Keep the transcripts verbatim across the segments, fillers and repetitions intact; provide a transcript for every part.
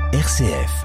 R C F.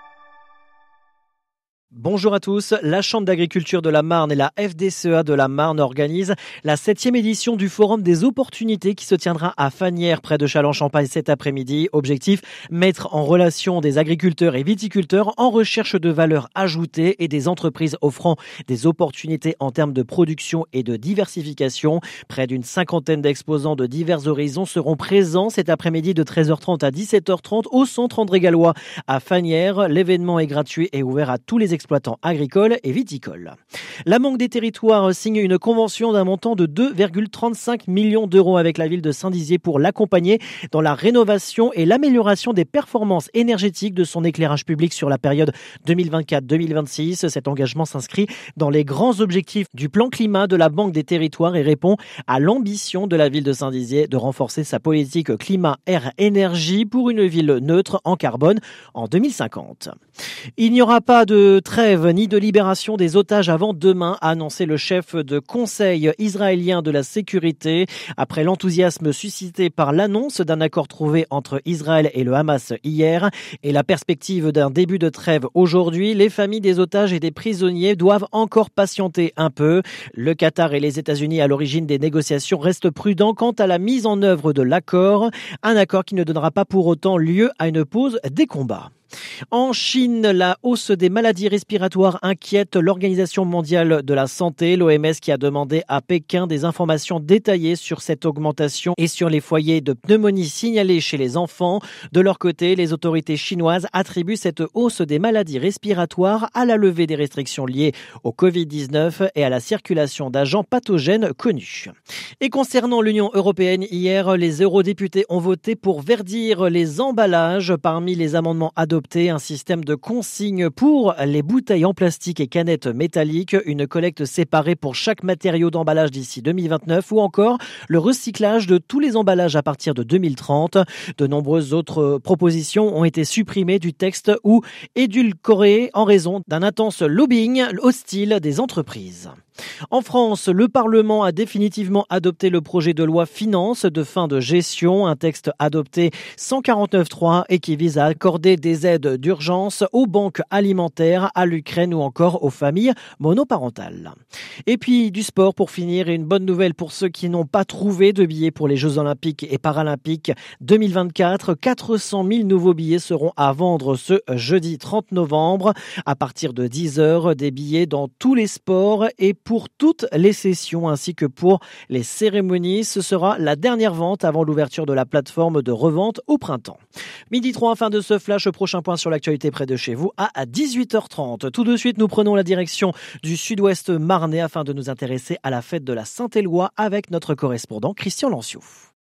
Bonjour à tous, la Chambre d'agriculture de la Marne et la F D C E A de la Marne organisent la septième édition du Forum des opportunités qui se tiendra à Fagnières, près de Châlons-Champagne cet après-midi. Objectif, mettre en relation des agriculteurs et viticulteurs en recherche de valeur ajoutée et des entreprises offrant des opportunités en termes de production et de diversification. Près d'une cinquantaine d'exposants de divers horizons seront présents cet après-midi de treize heures trente à dix-sept heures trente au centre André Gallois à Fagnières. L'événement est gratuit et ouvert à tous les exploitants agricoles et viticoles. La Banque des Territoires signe une convention d'un montant de deux virgule trente-cinq millions d'euros avec la ville de Saint-Dizier pour l'accompagner dans la rénovation et l'amélioration des performances énergétiques de son éclairage public sur la période deux mille vingt-quatre deux mille vingt-six. Cet engagement s'inscrit dans les grands objectifs du plan climat de la Banque des Territoires et répond à l'ambition de la ville de Saint-Dizier de renforcer sa politique climat-air-énergie pour une ville neutre en carbone en deux mille cinquante. Il n'y aura pas de trêve ni de libération des otages avant demain, a annoncé le chef de conseil israélien de la sécurité. Après l'enthousiasme suscité par l'annonce d'un accord trouvé entre Israël et le Hamas hier et la perspective d'un début de trêve aujourd'hui, les familles des otages et des prisonniers doivent encore patienter un peu. Le Qatar et les États-Unis, à l'origine des négociations, restent prudents quant à la mise en œuvre de l'accord. Un accord qui ne donnera pas pour autant lieu à une pause des combats. En Chine, la hausse des maladies respiratoires inquiète l'Organisation mondiale de la santé, l'O M S, qui a demandé à Pékin des informations détaillées sur cette augmentation et sur les foyers de pneumonie signalés chez les enfants. De leur côté, les autorités chinoises attribuent cette hausse des maladies respiratoires à la levée des restrictions liées au covid dix-neuf et à la circulation d'agents pathogènes connus. Et concernant l'Union européenne, hier, les eurodéputés ont voté pour verdir les emballages. Parmi les amendements adoptés, un système de consigne pour les bouteilles en plastique et canettes métalliques, une collecte séparée pour chaque matériau d'emballage d'ici deux mille vingt-neuf ou encore le recyclage de tous les emballages à partir de deux mille trente. De nombreuses autres propositions ont été supprimées du texte ou édulcorées en raison d'un intense lobbying hostile des entreprises. En France, le Parlement a définitivement adopté le projet de loi finances de fin de gestion, un texte adopté cent quarante-neuf trois et qui vise à accorder des aides d'urgence aux banques alimentaires, à l'Ukraine ou encore aux familles monoparentales. Et puis du sport pour finir, et une bonne nouvelle pour ceux qui n'ont pas trouvé de billets pour les Jeux Olympiques et Paralympiques deux mille vingt-quatre. quatre cent mille nouveaux billets seront à vendre ce jeudi trente novembre à partir de dix heures. Des billets dans tous les sports et pour toutes les sessions ainsi que pour les cérémonies. Ce sera la dernière vente avant l'ouverture de la plateforme de revente au printemps. Midi trois, fin de ce flash. Prochain point sur l'actualité près de chez vous à dix-huit heures trente. Tout de suite, nous prenons la direction du sud-ouest marnais afin de nous intéresser à la fête de la Saint-Éloi avec notre correspondant Christian Lanciou.